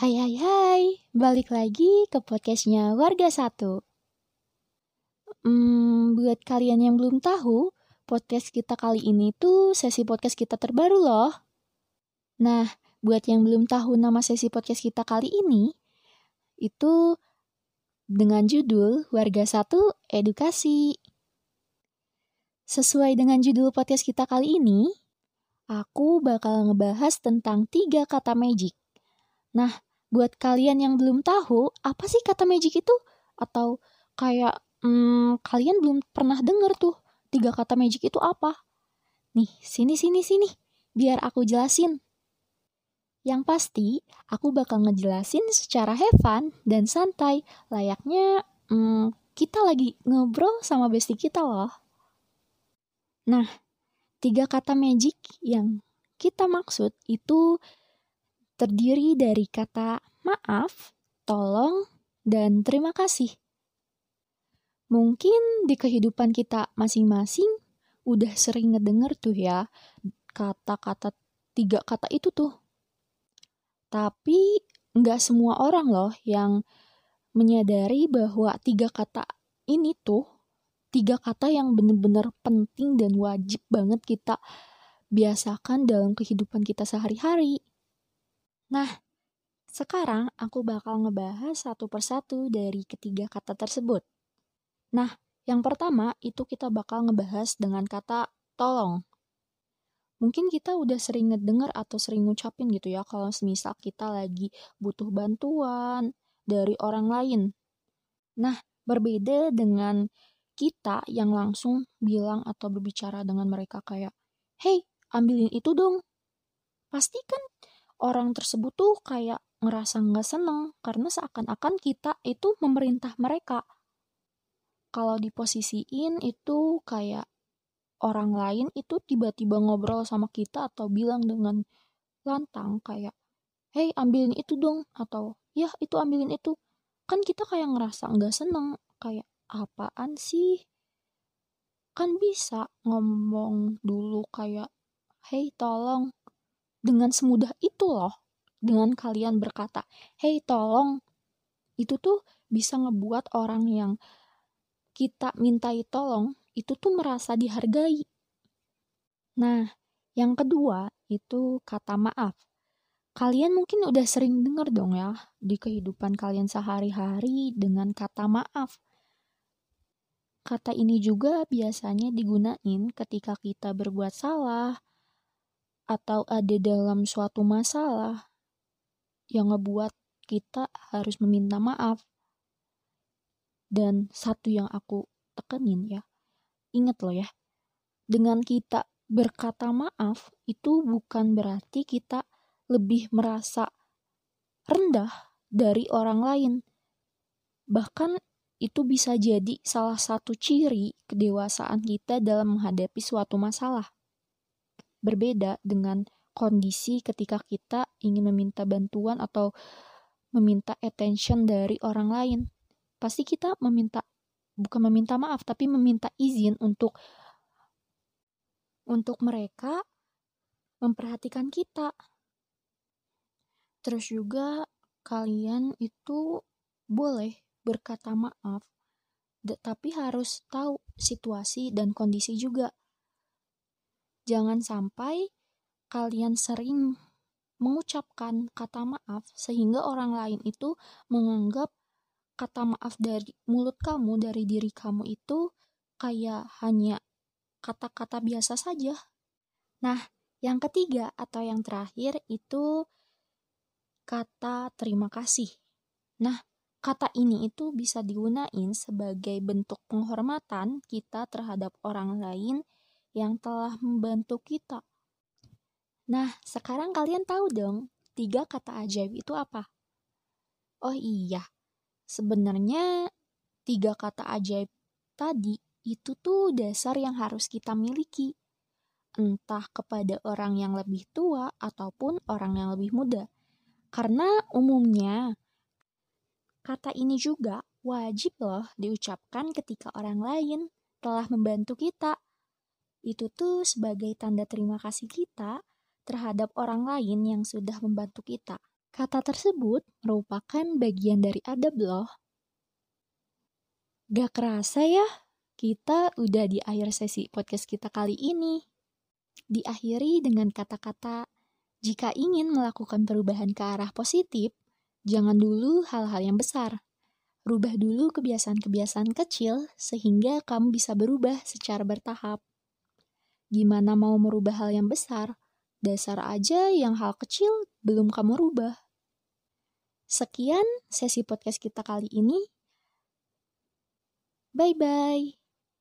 Hai hai hai, balik lagi ke podcastnya Warga Satu. Buat kalian yang belum tahu, podcast kita kali ini tuh sesi podcast kita terbaru loh. Nah, buat yang belum tahu nama sesi podcast kita kali ini, itu dengan judul Warga Satu Edukasi. Sesuai dengan judul podcast kita kali ini, aku bakal ngebahas tentang 3 kata magic. Nah, buat kalian yang belum tahu, apa sih kata magic itu? Atau kayak kalian belum pernah dengar tuh 3 kata magic itu apa? Nih, sini. Biar aku jelasin. Yang pasti, aku bakal ngejelasin secara have fun dan santai. Layaknya kita lagi ngobrol sama bestie kita loh. Nah, 3 kata magic yang kita maksud itu terdiri dari kata maaf, tolong, dan terima kasih. Mungkin di kehidupan kita masing-masing udah sering ngedenger tuh ya kata-kata 3 kata itu tuh. Tapi nggak semua orang loh yang menyadari bahwa 3 kata ini tuh 3 kata yang bener-bener penting dan wajib banget kita biasakan dalam kehidupan kita sehari-hari. Nah, sekarang aku bakal ngebahas satu persatu dari ketiga kata tersebut. Nah, yang pertama itu kita bakal ngebahas dengan kata tolong. Mungkin kita udah sering ngedenger atau sering ngucapin gitu ya kalau semisal kita lagi butuh bantuan dari orang lain. Nah, berbeda dengan kita yang langsung bilang atau berbicara dengan mereka kayak, "Hey, ambilin itu dong." Pasti kan orang tersebut tuh kayak ngerasa nggak seneng karena seakan-akan kita itu memerintah mereka. Kalau diposisiin itu kayak orang lain itu tiba-tiba ngobrol sama kita atau bilang dengan lantang kayak, "Hey, ambilin itu dong." Atau, "Ya, itu ambilin itu." Kan kita kayak ngerasa nggak seneng. Kayak, apaan sih? Kan bisa ngomong dulu kayak, "Hey, tolong." Dengan semudah itu loh. Dengan kalian berkata, "Hey, tolong." Itu tuh bisa ngebuat orang yang kita mintai tolong itu tuh merasa dihargai. Nah, yang kedua itu kata maaf. Kalian mungkin udah sering dengar dong ya di kehidupan kalian sehari-hari dengan kata maaf. Kata ini juga biasanya digunain ketika kita berbuat salah atau ada dalam suatu masalah yang ngebuat kita harus meminta maaf. Dan satu yang aku tekenin ya, inget loh ya, dengan kita berkata maaf itu bukan berarti kita lebih merasa rendah dari orang lain. Bahkan itu bisa jadi salah satu ciri kedewasaan kita dalam menghadapi suatu masalah. Berbeda dengan kondisi ketika kita ingin meminta bantuan atau meminta attention dari orang lain. Pasti kita bukan meminta maaf, tapi meminta izin untuk mereka memperhatikan kita. Terus juga kalian itu boleh berkata maaf, tapi harus tahu situasi dan kondisi juga. Jangan sampai kalian sering mengucapkan kata maaf sehingga orang lain itu menganggap kata maaf dari mulut kamu, dari diri kamu itu kayak hanya kata-kata biasa saja. Nah, yang ketiga atau yang terakhir itu kata terima kasih. Nah, kata ini itu bisa digunain sebagai bentuk penghormatan kita terhadap orang lain yang telah membantu kita. Nah, sekarang kalian tahu dong 3 kata ajaib itu apa? Oh iya, sebenarnya 3 kata ajaib tadi itu tuh dasar yang harus kita miliki. Entah kepada orang yang lebih tua ataupun orang yang lebih muda. Karena umumnya kata ini juga wajib loh diucapkan ketika orang lain telah membantu kita. Itu tuh sebagai tanda terima kasih kita terhadap orang lain yang sudah membantu kita. Kata tersebut merupakan bagian dari adab loh. Gak kerasa ya, kita udah di akhir sesi podcast kita kali ini. Diakhiri dengan kata-kata, jika ingin melakukan perubahan ke arah positif, jangan dulu hal-hal yang besar. Rubah dulu kebiasaan-kebiasaan kecil sehingga kamu bisa berubah secara bertahap. Gimana mau merubah hal yang besar? Dasar aja yang hal kecil belum kamu rubah. Sekian sesi podcast kita kali ini. Bye-bye.